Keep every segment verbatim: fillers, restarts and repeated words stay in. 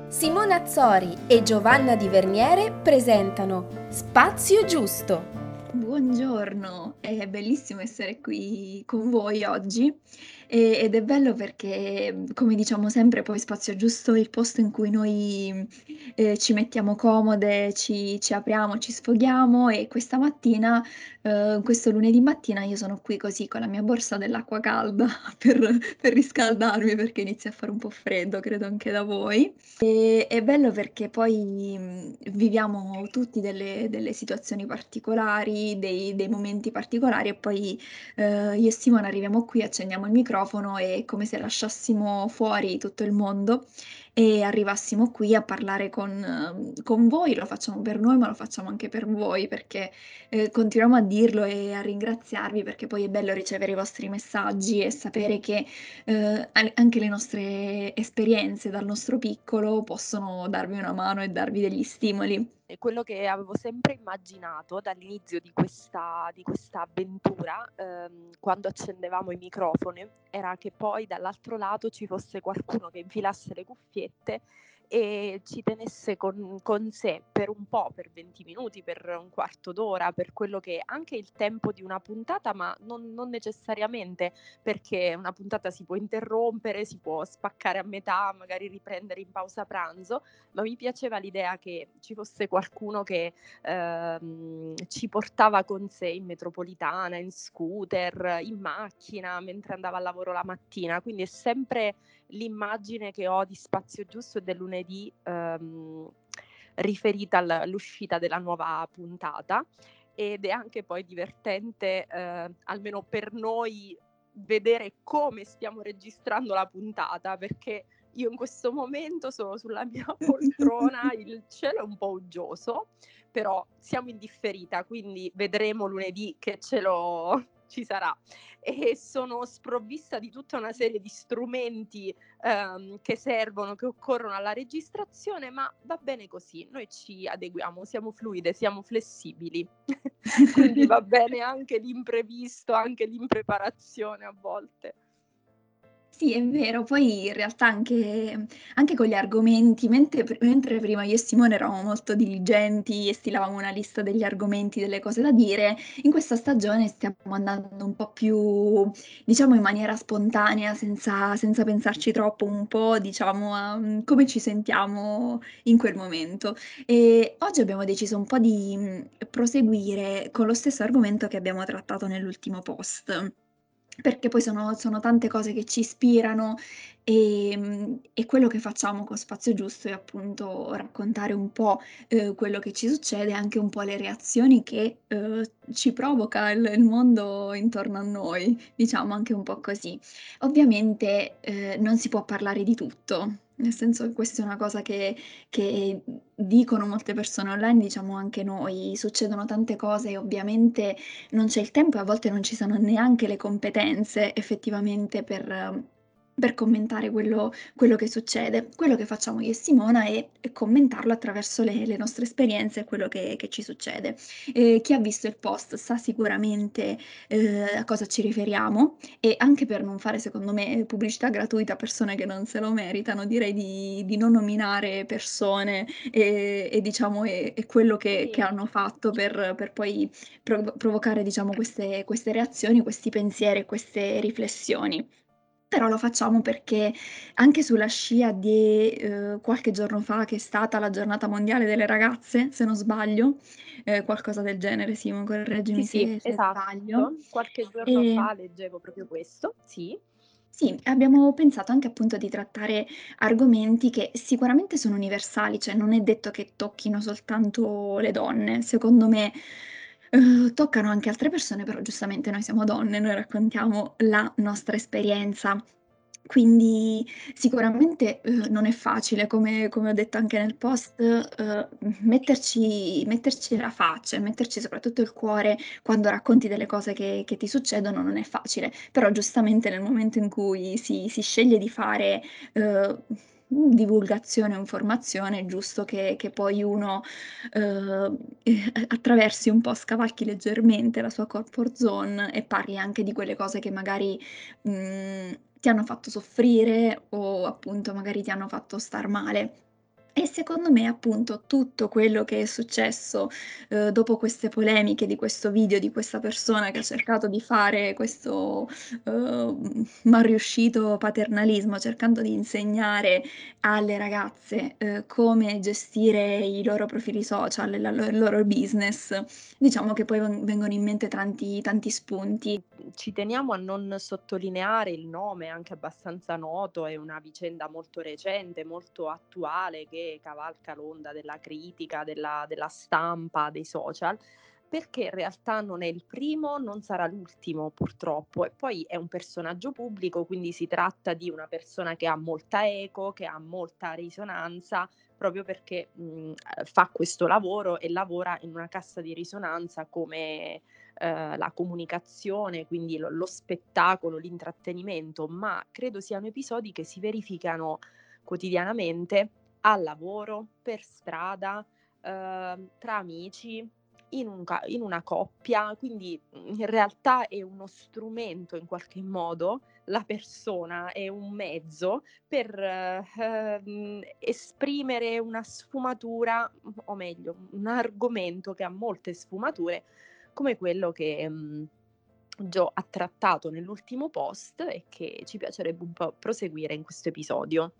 Simona Azzori e Giovanna Di Verniere presentano Spazio Giusto. Buongiorno, è bellissimo essere qui con voi oggi e- ed è bello perché, come diciamo sempre, poi Spazio Giusto è il posto in cui noi eh, ci mettiamo comode, ci, ci apriamo, ci sfoghiamo e questa mattina, eh, questo lunedì mattina, io sono qui così con la mia borsa dell'acqua calda per, per riscaldarmi perché inizia a fare un po' freddo, credo anche da voi. E è bello perché poi mh, viviamo tutti delle, delle situazioni particolari, dei, dei momenti particolari e poi eh, io e Simone arriviamo qui, accendiamo il microfono e è come se lasciassimo fuori tutto il mondo e arrivassimo qui a parlare con, ehm, con voi, lo facciamo per noi ma lo facciamo anche per voi perché eh, continuiamo a dirlo e a ringraziarvi perché poi è bello ricevere i vostri messaggi e sapere che eh, an- anche le nostre esperienze dal nostro piccolo possono darvi una mano e darvi degli stimoli. E quello che avevo sempre immaginato dall'inizio di questa, di questa avventura, ehm, quando accendevamo i microfoni, era che poi dall'altro lato ci fosse qualcuno che infilasse le cuffiette e ci tenesse con, con sé per un po', per venti minuti, per un quarto d'ora, per quello che è anche il tempo di una puntata, ma non, non necessariamente, perché una puntata si può interrompere, si può spaccare a metà, magari riprendere in pausa pranzo, ma mi piaceva l'idea che ci fosse qualcuno che ehm, ci portava con sé in metropolitana, in scooter, in macchina, mentre andava al lavoro la mattina. Quindi è sempre l'immagine che ho di Spazio Giusto e del lunedì ehm, riferita all'uscita della nuova puntata. Ed è anche poi divertente, eh, almeno per noi, vedere come stiamo registrando la puntata, perché io in questo momento sono sulla mia poltrona, il cielo è un po' uggioso, però siamo in differita, quindi vedremo lunedì che cielo ci sarà. E sono sprovvista di tutta una serie di strumenti ehm, che servono, che occorrono alla registrazione, ma va bene così, noi ci adeguiamo, siamo fluide, siamo flessibili, quindi va bene anche l'imprevisto, anche l'impreparazione a volte. Sì, è vero, poi in realtà anche, anche con gli argomenti, mentre, mentre prima io e Simone eravamo molto diligenti e stilavamo una lista degli argomenti, delle cose da dire, in questa stagione stiamo andando un po' più, diciamo, in maniera spontanea, senza, senza pensarci troppo, un po', diciamo, a mm, come ci sentiamo in quel momento. E oggi abbiamo deciso un po' di mm, proseguire con lo stesso argomento che abbiamo trattato nell'ultimo post. Perché poi sono sono tante cose che ci ispirano, ehm, e quello che facciamo con Spazio Giusto è appunto raccontare un po', uhm, quello che ci succede, anche un po' le reazioni che, uhm, ci provoca il il mondo intorno a noi, diciamo anche un po' così. Ovviamente, uhm, non si può parlare di tutto, nel senso che questa è una cosa che che dicono molte persone online, diciamo anche noi. Succedono tante cose e ovviamente non c'è il tempo e a volte non ci sono neanche le competenze effettivamente per per commentare quello quello che succede. Quello che facciamo io e Simona è è commentarlo attraverso le le nostre esperienze e quello che che ci succede. Ehm, chi ha visto il post sa sicuramente, ehm, a cosa ci riferiamo e anche per non fare secondo me pubblicità gratuita a persone che non se lo meritano, direi di di non nominare persone e e diciamo e e quello che che Sì. hanno fatto per per poi prov provocare diciamo queste queste reazioni, questi pensieri e queste riflessioni. Però lo facciamo perché anche sulla scia di, uhm, qualche giorno fa che è stata la giornata mondiale delle ragazze, se non sbaglio, ehm, qualcosa del genere, Simo Sì, correggimi sì, se se sbaglio. esatto. Qualche giorno Ehm fa leggevo proprio questo, sì. sì, abbiamo pensato anche appunto di trattare argomenti che sicuramente sono universali, cioè non è detto che tocchino soltanto le donne. Secondo me, uhm, toccano anche altre persone, però giustamente noi siamo donne, noi raccontiamo la nostra esperienza. Quindi sicuramente, uhm, non è facile, come come ho detto anche nel post, uhm, metterci metterci la faccia e metterci soprattutto il cuore quando racconti delle cose che che ti succedono non è facile. Però giustamente nel momento in cui si si sceglie di fare, uhm, divulgazione o informazione è giusto che che poi uno, uhm, eh, attraversi un po', scavalchi leggermente la sua comfort zone e parli anche di quelle cose che magari, mhmm, ti hanno fatto soffrire o appunto magari ti hanno fatto star male. E secondo me, appunto, tutto quello che è successo, uhm, dopo queste polemiche di questo video, di questa persona che ha cercato di fare questo, uhm, mal riuscito paternalismo, cercando di insegnare alle ragazze, uhm, come gestire i loro profili social e la lo il loro business, diciamo che poi ven vengono in mente tanti tanti spunti. Ci teniamo a non sottolineare il nome anche abbastanza noto, è una vicenda molto recente, molto attuale che cavalca l'onda della critica, della della stampa, dei social, perché in realtà non è il primo, non sarà l'ultimo purtroppo e poi è un personaggio pubblico, quindi si tratta di una persona che ha molta eco, che ha molta risonanza, proprio perché, mhmm, ehm, fa questo lavoro e lavora in una cassa di risonanza come ehm, la comunicazione, quindi lo lo spettacolo, l'intrattenimento, ma credo siano episodi che si verificano quotidianamente al lavoro, per strada, ehm, tra amici, in un ca in una coppia, quindi, mhmm, in realtà è uno strumento in qualche modo, la persona è un mezzo per, ehm, esprimere una sfumatura, mhmm, o meglio, un argomento che ha molte sfumature come quello che, mhmm, Gio ha trattato nell'ultimo post e che ci piacerebbe un po' proseguire in questo episodio.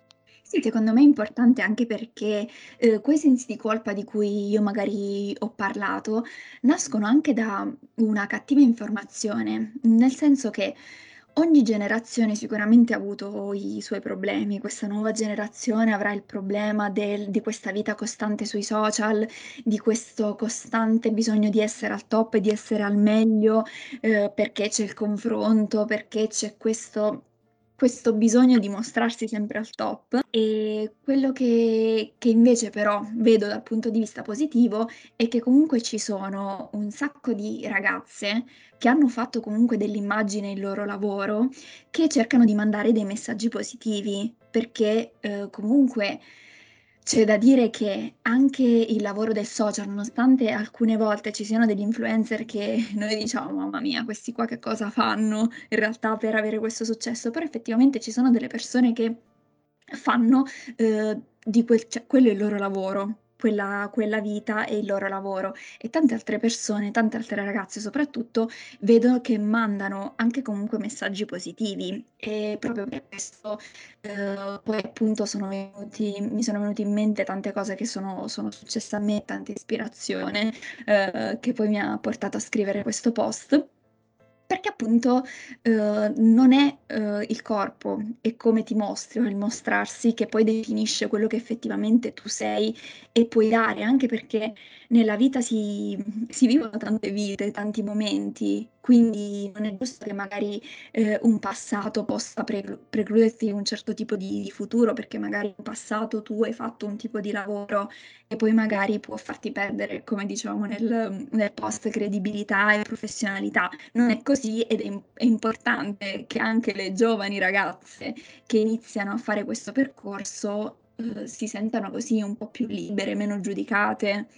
Sì, secondo me è importante anche perché, uhm, quei sensi di colpa di cui io magari ho parlato, nascono anche da una cattiva informazione, nel senso che ogni generazione sicuramente ha avuto i suoi problemi. Questa nuova generazione avrà il problema del di questa vita costante sui social, di questo costante bisogno di essere al top e di essere al meglio, uhm, perché c'è il confronto, perché c'è questo questo bisogno di mostrarsi sempre al top. E quello che che invece però vedo dal punto di vista positivo è che comunque ci sono un sacco di ragazze che hanno fatto comunque dell'immagine il loro lavoro, che cercano di mandare dei messaggi positivi, perché, uhm, comunque c'è da dire che anche il lavoro del social, nonostante alcune volte ci siano degli influencer che noi diciamo: "Mamma mia, questi qua che cosa fanno in realtà per avere questo successo?" Però effettivamente ci sono delle persone che fanno, uhm, di quel cioè quello è il loro lavoro, quella quella vita è il loro lavoro e tante altre persone, tante altre ragazze soprattutto, vedo che mandano anche comunque messaggi positivi e proprio per questo, uhm, poi appunto sono venuti mi sono venuti in mente tante cose che sono sono successe a me, tanta ispirazione, uhm, che poi mi ha portato a scrivere questo post. Perché appunto, uhm, non è, uhm, il corpo, è come ti mostri o il mostrarsi che poi definisce quello che effettivamente tu sei e puoi dare, anche perché nella vita si mhmm, si vivono tante vite, tanti momenti, quindi non è giusto che magari, ehm, un passato possa preclu precluderti un certo tipo di di futuro, perché magari in passato tu hai fatto un tipo di lavoro e poi magari può farti perdere, come dicevamo nel nel post, credibilità e professionalità. Non è così ed è im è importante che anche le giovani ragazze che iniziano a fare questo percorso, uhm, si sentano così un po' più libere, meno giudicate.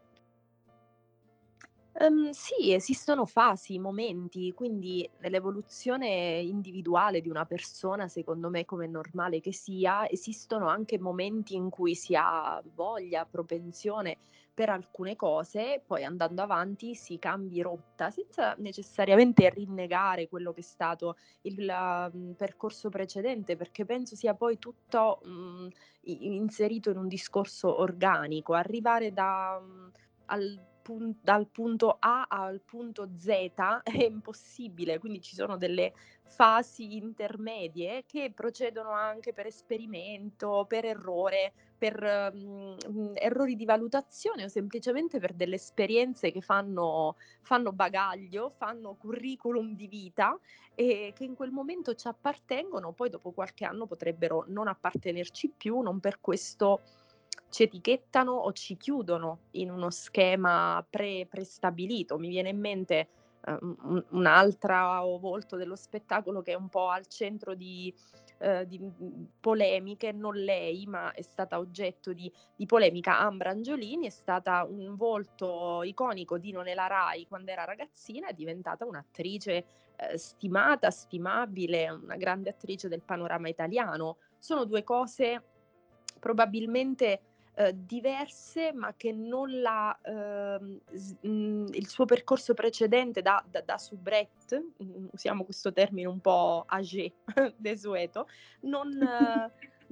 Ehm, sì, esistono fasi, momenti, quindi nell'evoluzione individuale di una persona, secondo me, come è normale che sia, esistono anche momenti in cui si ha voglia, propensione per alcune cose, poi andando avanti si cambi rotta, senza necessariamente rinnegare quello che è stato il, mhmm, percorso precedente, perché penso sia poi tutto, mhmm, i inserito in un discorso organico. Arrivare da mhmm, al pun dal punto A al punto Z è impossibile, quindi ci sono delle fasi intermedie che procedono anche per esperimento, per errore, per, mhmm, mhmm, errori di valutazione o semplicemente per delle esperienze che fanno fanno bagaglio, fanno curriculum di vita e che in quel momento ci appartengono, poi dopo qualche anno potrebbero non appartenerci più, non per questo ci etichettano o ci chiudono in uno schema pre prestabilito. Mi viene in mente, ehm, un un'altra o volto dello spettacolo che è un po' al centro di ehm, di, mhmm, polemiche, non lei, ma è stata oggetto di di polemica. Ambra Angiolini è stata un volto iconico di Nonela Rai quando era ragazzina, è diventata un'attrice, ehm, stimata, stimabile, una grande attrice del panorama italiano. Sono due cose probabilmente eh, diverse, ma che non la, ehm, s- mh, il suo percorso precedente da, da, da soubrette, mh, usiamo questo termine un po' âgé, desueto, non, eh,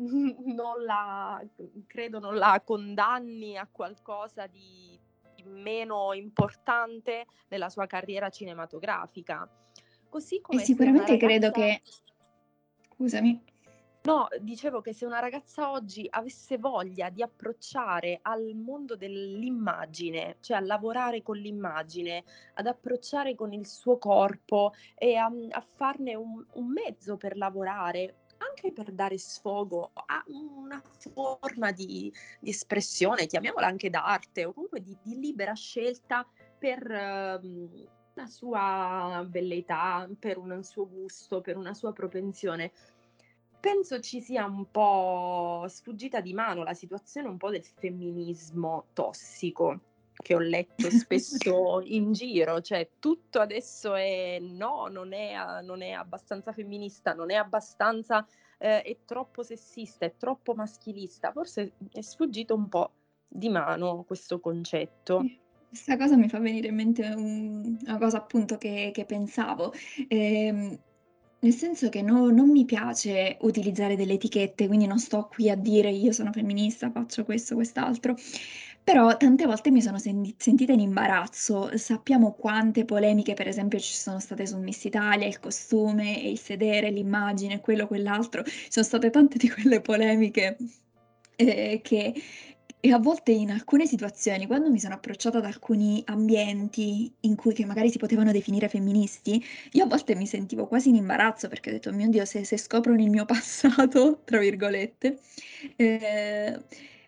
non la, credo non la condanni a qualcosa di di meno importante nella sua carriera cinematografica. Così E come se una sicuramente credo ragazza che scusami. No, dicevo che se una ragazza oggi avesse voglia di approcciare al mondo dell'immagine, cioè a lavorare con l'immagine, ad approcciare con il suo corpo e a, a farne un, un mezzo per lavorare, anche per dare sfogo a una forma di, di espressione, chiamiamola anche d'arte, o comunque di, di libera scelta per ehm, la sua velleità, per un suo gusto, per una sua propensione. Penso ci sia un po' sfuggita di mano la situazione un po' del femminismo tossico che ho letto spesso in giro, cioè tutto adesso è no, non è, a- non è abbastanza femminista, non è abbastanza, eh, è troppo sessista, è troppo maschilista. Forse è sfuggito un po' di mano questo concetto. Sì, questa cosa mi fa venire in mente un una cosa appunto che che pensavo, ehm, nel senso che no non mi piace utilizzare delle etichette, quindi non sto qui a dire: "Io sono femminista, faccio questo, quest'altro", però tante volte mi sono sendi sentita in imbarazzo. Sappiamo quante polemiche, per esempio, ci sono state su Miss Italia, il costume e il sedere, l'immagine, quello, quell'altro. Ci sono state tante di quelle polemiche, ehm, che e a volte in alcune situazioni, quando mi sono approcciata ad alcuni ambienti in cui che magari si potevano definire femministi, io a volte mi sentivo quasi in imbarazzo perché ho detto: "Mio Dio, se se scoprono il mio passato", tra virgolette, ehm,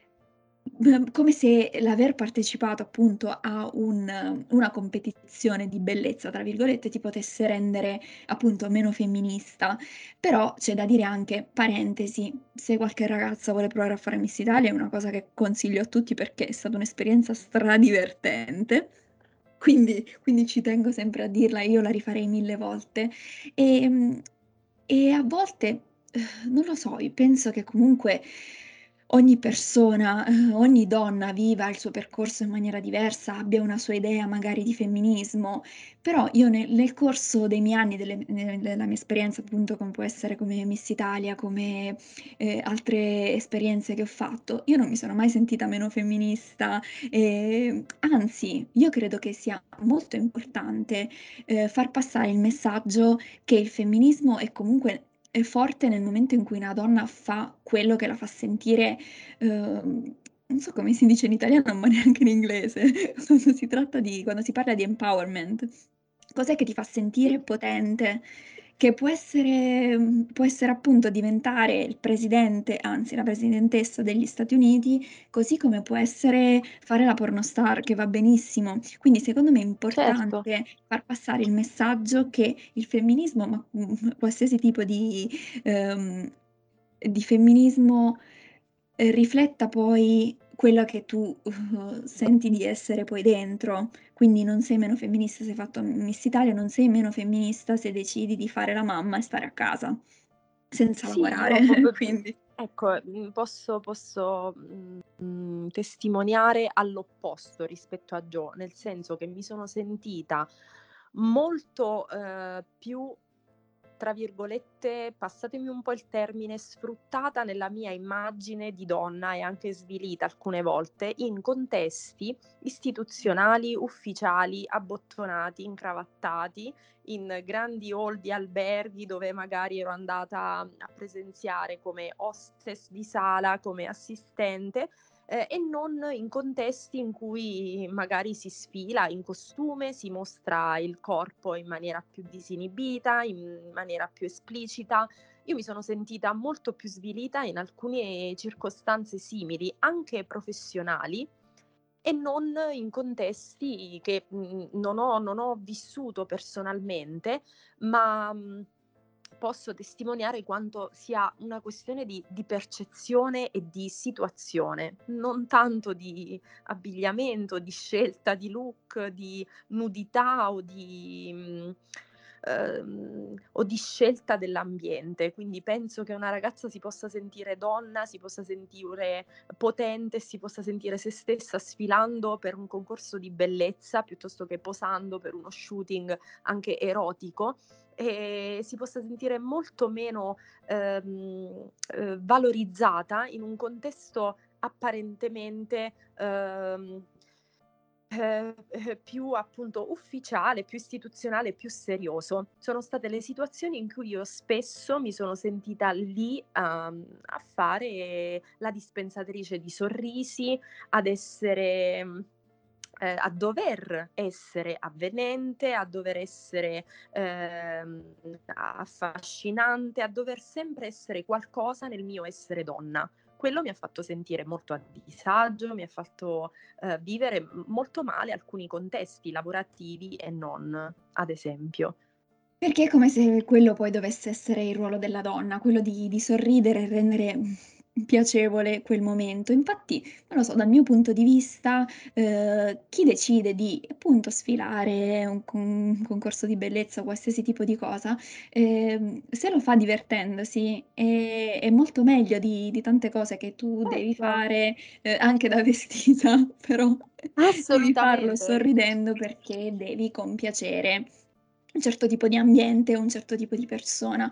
Mhmm, come se l'aver partecipato appunto a un una competizione di "bellezza" tra virgolette, ti potesse rendere appunto meno femminista. Però c'è da dire anche, parentesi, se qualche ragazza vuole provare a fare Miss Italia è una cosa che consiglio a tutti perché è stata un'esperienza stradivertente, quindi quindi ci tengo sempre a dirla, io la rifarei mille volte. Ehm, e a volte, uhm, non lo so, io penso che comunque ogni persona, uhm, ogni donna viva il suo percorso in maniera diversa, abbia una sua idea magari di femminismo, però io ne nel corso dei miei anni, delle ne della mia esperienza appunto come può essere come Miss Italia, come, ehm, altre esperienze che ho fatto, io non mi sono mai sentita meno femminista, ehm, anzi io credo che sia molto importante, ehm, far passare il messaggio che il femminismo è comunque è forte nel momento in cui una donna fa quello che la fa sentire, uhm, non so come si dice in italiano, ma neanche in inglese, quando si tratta di quando si parla di empowerment. Cos'è che ti fa Sì, sentire potente? Che può essere mhmm, può essere appunto diventare il presidente, anzi la presidentessa degli Stati Uniti, così come può essere fare la pornostar, che va benissimo. Quindi secondo me è certo. importante far passare il messaggio che il femminismo, ma, mhmm, qualsiasi tipo di ehm, di femminismo, ehm, rifletta poi quella che tu, uhm, senti di essere poi dentro. Quindi non sei meno femminista se hai fatto Miss Italia, non sei meno femminista se decidi di fare la mamma e stare a casa, senza Sì, lavorare, io po- quindi ecco, mm, posso, posso mm, mm, testimoniare all'opposto rispetto a Joe, nel senso che mi sono sentita molto eh, più, tra virgolette, passatemi un po' il termine, sfruttata nella mia immagine di donna e anche svilita alcune volte in contesti istituzionali, ufficiali, abbottonati, incravattati, in grandi hall di alberghi dove magari ero andata a presenziare come hostess di sala, come assistente, eh, e non in contesti in cui magari si sfila in costume, si mostra il corpo in maniera più disinibita, in maniera più esplicita. Io mi sono sentita molto più svilita in alcune circostanze simili, anche professionali, e non in contesti che mh, non ho, non ho vissuto personalmente, ma mh, posso testimoniare quanto sia una questione di, di percezione e di situazione, non tanto di abbigliamento, di scelta di look, di nudità o di, mh, ehm, o di scelta dell'ambiente. Quindi penso che una ragazza si possa sentire donna, si possa sentire potente, si possa sentire se stessa sfilando per un concorso di bellezza piuttosto che posando per uno shooting anche erotico, e si possa sentire molto meno ehm, eh, valorizzata in un contesto apparentemente ehm, eh, eh, più appunto ufficiale, più istituzionale, più serioso. Sono state le situazioni in cui io spesso mi sono sentita lì a, a fare la dispensatrice di sorrisi, ad essere mh, eh, a dover essere avvenente, a dover essere ehm, affascinante, a dover sempre essere qualcosa nel mio essere donna. Quello mi ha fatto sentire molto a disagio, mi ha fatto eh, vivere m- molto male alcuni contesti lavorativi e non, ad esempio. Perché è come se quello poi dovesse essere il ruolo della donna, quello di di sorridere e rendere, mhmm, piacevole quel momento. Infatti, non lo so, dal mio punto di vista, uhm, chi decide di, appunto, sfilare un con un concorso di bellezza o qualsiasi tipo di cosa, ehm, se lo fa divertendosi è è molto meglio di di tante cose che tu devi Certo, fare, uhm, anche da vestita, però devi farlo assolutamente. sorridendo perché devi compiacere un certo tipo di ambiente, un certo tipo di persona.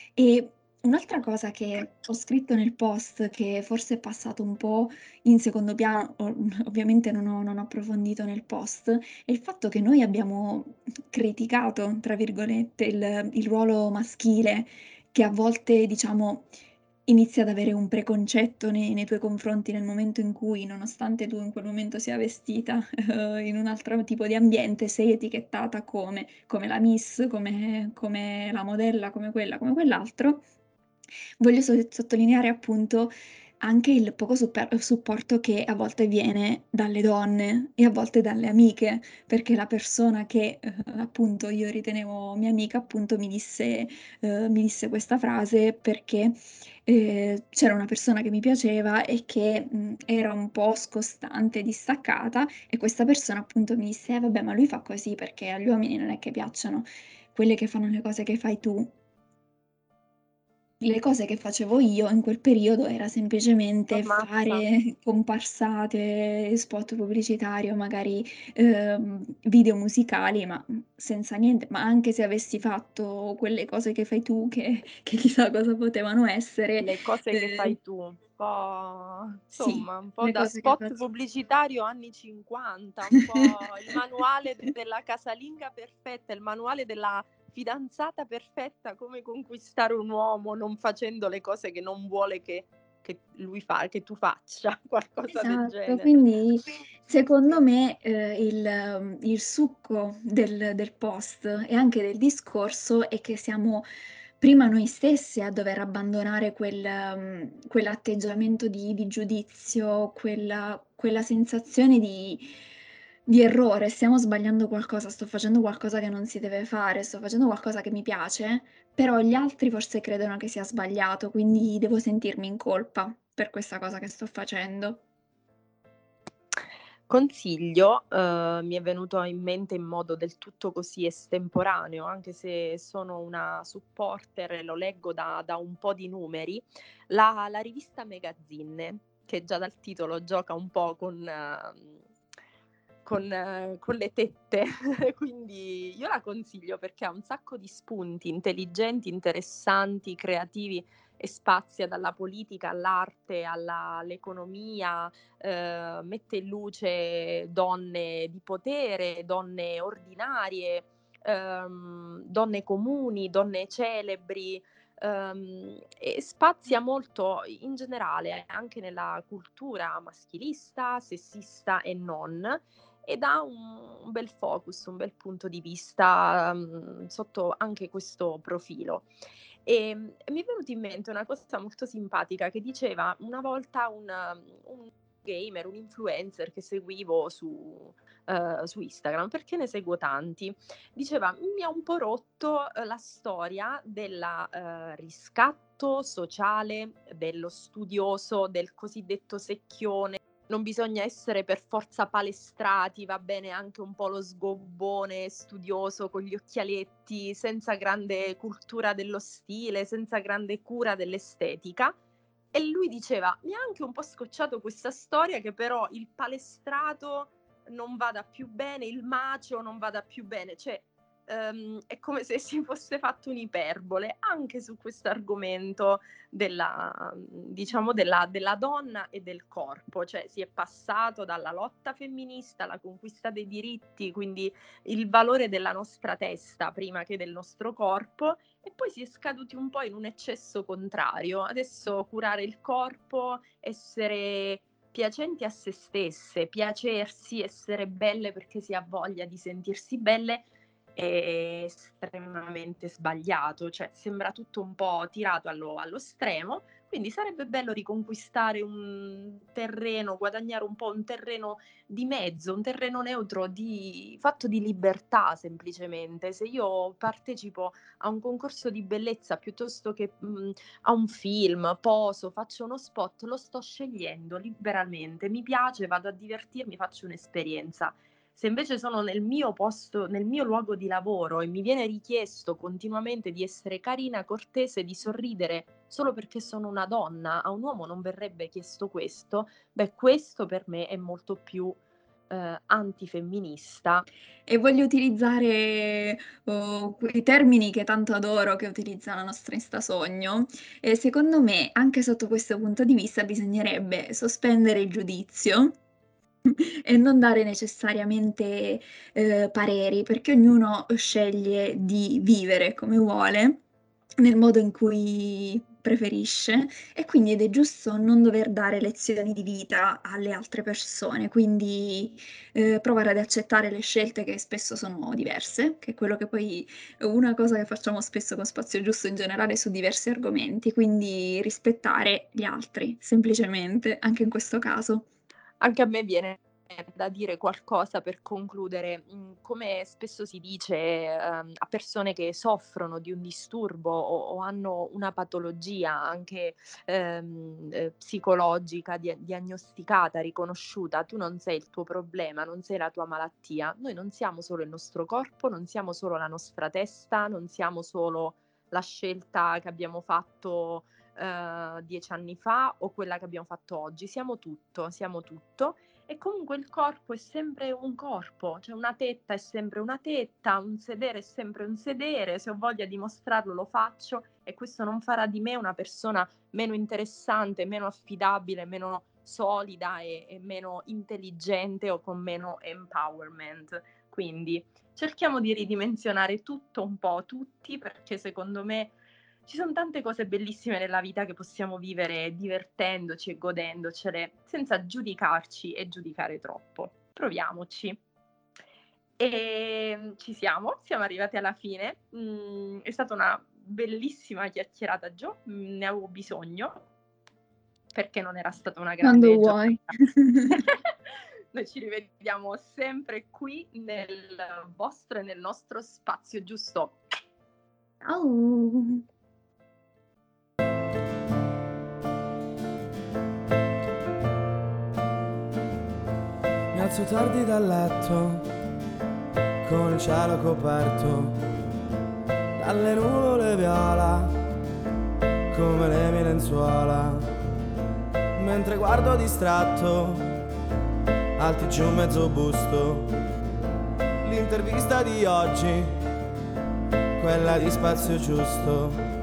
E un'altra cosa che ho scritto nel post, che forse è passato un po' in secondo piano, o ovviamente non ho non ho approfondito nel post, è il fatto che noi abbiamo "criticato" tra virgolette il il ruolo maschile che a volte, diciamo, inizi ad avere un preconcetto nei nei tuoi confronti nel momento in cui, nonostante tu in quel momento sia vestita, uhm, in un altro tipo di ambiente, sei etichettata come come la miss, come come la modella, come quella, come quell'altro. Voglio so sottolineare appunto anche il poco super supporto che a volte viene dalle donne e a volte dalle amiche, perché la persona che, uhm, appunto io ritenevo mia amica, appunto mi disse uhm, mi disse questa frase perché, ehm, c'era una persona che mi piaceva e che, mhmm, era un po' scostante, distaccata e questa persona appunto mi disse: "Eh vabbè, ma lui fa così perché agli uomini non è che piacciono quelle che fanno le cose che fai tu". Le cose che facevo io in quel periodo era semplicemente Ammazza. fare comparsate, spot pubblicitario, magari, uhm, video musicali, ma, mhmm, senza niente ma anche se avessi fatto quelle cose che fai tu, che che chissà cosa potevano essere, Le cose che uhm fai tu, un po' sì, insomma, un po' le da cose che spot faccio pubblicitario anni cinquanta, un po' il manuale della casalinga perfetta, il manuale della fidanzata perfetta, come conquistare un uomo non facendo le cose che non vuole che che lui fa che tu faccia, qualcosa del Esatto, genere. quindi secondo me, ehm, il mhmm, il succo del del post e anche del discorso è che siamo prima noi stessi a dover abbandonare quel mhmm, quell'atteggiamento di di giudizio, quella quella sensazione di di errore: "Stiamo sbagliando qualcosa, sto facendo qualcosa che non si deve fare, sto facendo qualcosa che mi piace, però gli altri forse credono che sia sbagliato, quindi devo sentirmi in colpa per questa cosa che sto facendo". Consiglio, uhm, mi è venuto in mente in modo del tutto così estemporaneo, anche se sono una supporter e lo leggo da da un po' di numeri, la la rivista Magazine, che già dal titolo gioca un po' con mhmm, con eh, con le tette, quindi io la consiglio perché ha un sacco di spunti intelligenti, interessanti, creativi e spazia dalla politica all'arte, alla all'economia, ehm, mette in luce donne di potere, donne ordinarie, ehm, donne comuni, donne celebri, ehm, e spazia molto in generale anche nella cultura maschilista, sessista e non, e dà un un bel focus, un bel punto di vista, mhmm, sotto anche questo profilo. Ehm, e mi è venuto in mente una cosa molto simpatica che diceva una volta un un gamer, un influencer che seguivo su ehm, su Instagram, perché ne seguo tanti. Diceva: "Mi ha un po' rotto, uhm, la storia della ehm, riscatto sociale dello studioso, del cosiddetto secchione". non bisogna essere per forza palestrati, va bene anche un po' lo sgobbone studioso con gli occhialetti, senza grande cultura dello stile, senza grande cura dell'estetica. E lui diceva: mi ha anche un po' scocciato questa storia che però il palestrato non vada più bene, il macio non vada più bene, cioè ehm, è come se si fosse fatto un'iperbole anche su questo argomento della, diciamo, della, della donna e del corpo, cioè si è passato dalla lotta femminista alla conquista dei diritti, quindi il valore della nostra testa prima che del nostro corpo, e poi si è scaduti un po' in un eccesso contrario. Adesso curare il corpo, essere piacenti a se stesse, piacersi, essere belle perché si ha voglia di sentirsi belle, è estremamente sbagliato, cioè sembra tutto un po' tirato allo, allo stremo, quindi sarebbe bello riconquistare un terreno, guadagnare un po' un terreno di mezzo, un terreno neutro di, fatto di libertà semplicemente. Se io partecipo a un concorso di bellezza piuttosto che mh, a un film, poso, faccio uno spot, lo sto scegliendo liberamente, mi piace, vado a divertirmi, faccio un'esperienza. Se invece sono nel mio posto, nel mio luogo di lavoro e mi viene richiesto continuamente di essere carina, cortese, di sorridere solo perché sono una donna, a un uomo non verrebbe chiesto questo, beh, questo per me è molto più eh, antifemminista. E voglio utilizzare, uhm, quei termini che tanto adoro, che utilizza la nostra Instasogno, e secondo me, anche sotto questo punto di vista, bisognerebbe sospendere il giudizio e non dare necessariamente, ehm, pareri, perché ognuno sceglie di vivere come vuole, nel modo in cui preferisce, e quindi ed è giusto non dover dare lezioni di vita alle altre persone. Quindi, ehm, provare ad accettare le scelte che spesso sono diverse, che è quello che poi è una cosa che facciamo spesso con Spazio Giusto in generale su diversi argomenti, quindi rispettare gli altri, semplicemente, anche in questo caso. Anche a me viene da dire qualcosa per concludere. Mm, Come spesso si dice, ehm, a persone che soffrono di un disturbo o, o hanno una patologia anche ehm, eh, psicologica, dia- diagnosticata, riconosciuta, tu non sei il tuo problema, non sei la tua malattia. Noi non siamo solo il nostro corpo, non siamo solo la nostra testa, non siamo solo la scelta che abbiamo fatto eh, dieci anni fa o quella che abbiamo fatto oggi. Siamo tutto, siamo tutto. E comunque il corpo è sempre un corpo, cioè una tetta è sempre una tetta, un sedere è sempre un sedere, se ho voglia di mostrarlo lo faccio, e questo non farà di me una persona meno interessante, meno affidabile, meno solida e, e meno intelligente o con meno empowerment. Quindi cerchiamo di ridimensionare tutto un po' tutti, perché secondo me ci sono tante cose bellissime nella vita che possiamo vivere divertendoci e godendocele, senza giudicarci e giudicare troppo. Proviamoci. E ci siamo, siamo arrivati alla fine. Mm, è stata una bellissima chiacchierata, Gio, mm, ne avevo bisogno, perché non era stata una Quando grande vuoi. giornata. Noi ci rivediamo sempre qui nel vostro e nel nostro Spazio Giusto. Ciao. Mi alzo tardi dal letto, con il cielo coperto dalle nuvole viola, come le mie lenzuola, mentre guardo distratto, alti giù mezzo busto, l'intervista di oggi, quella di Spazio Giusto.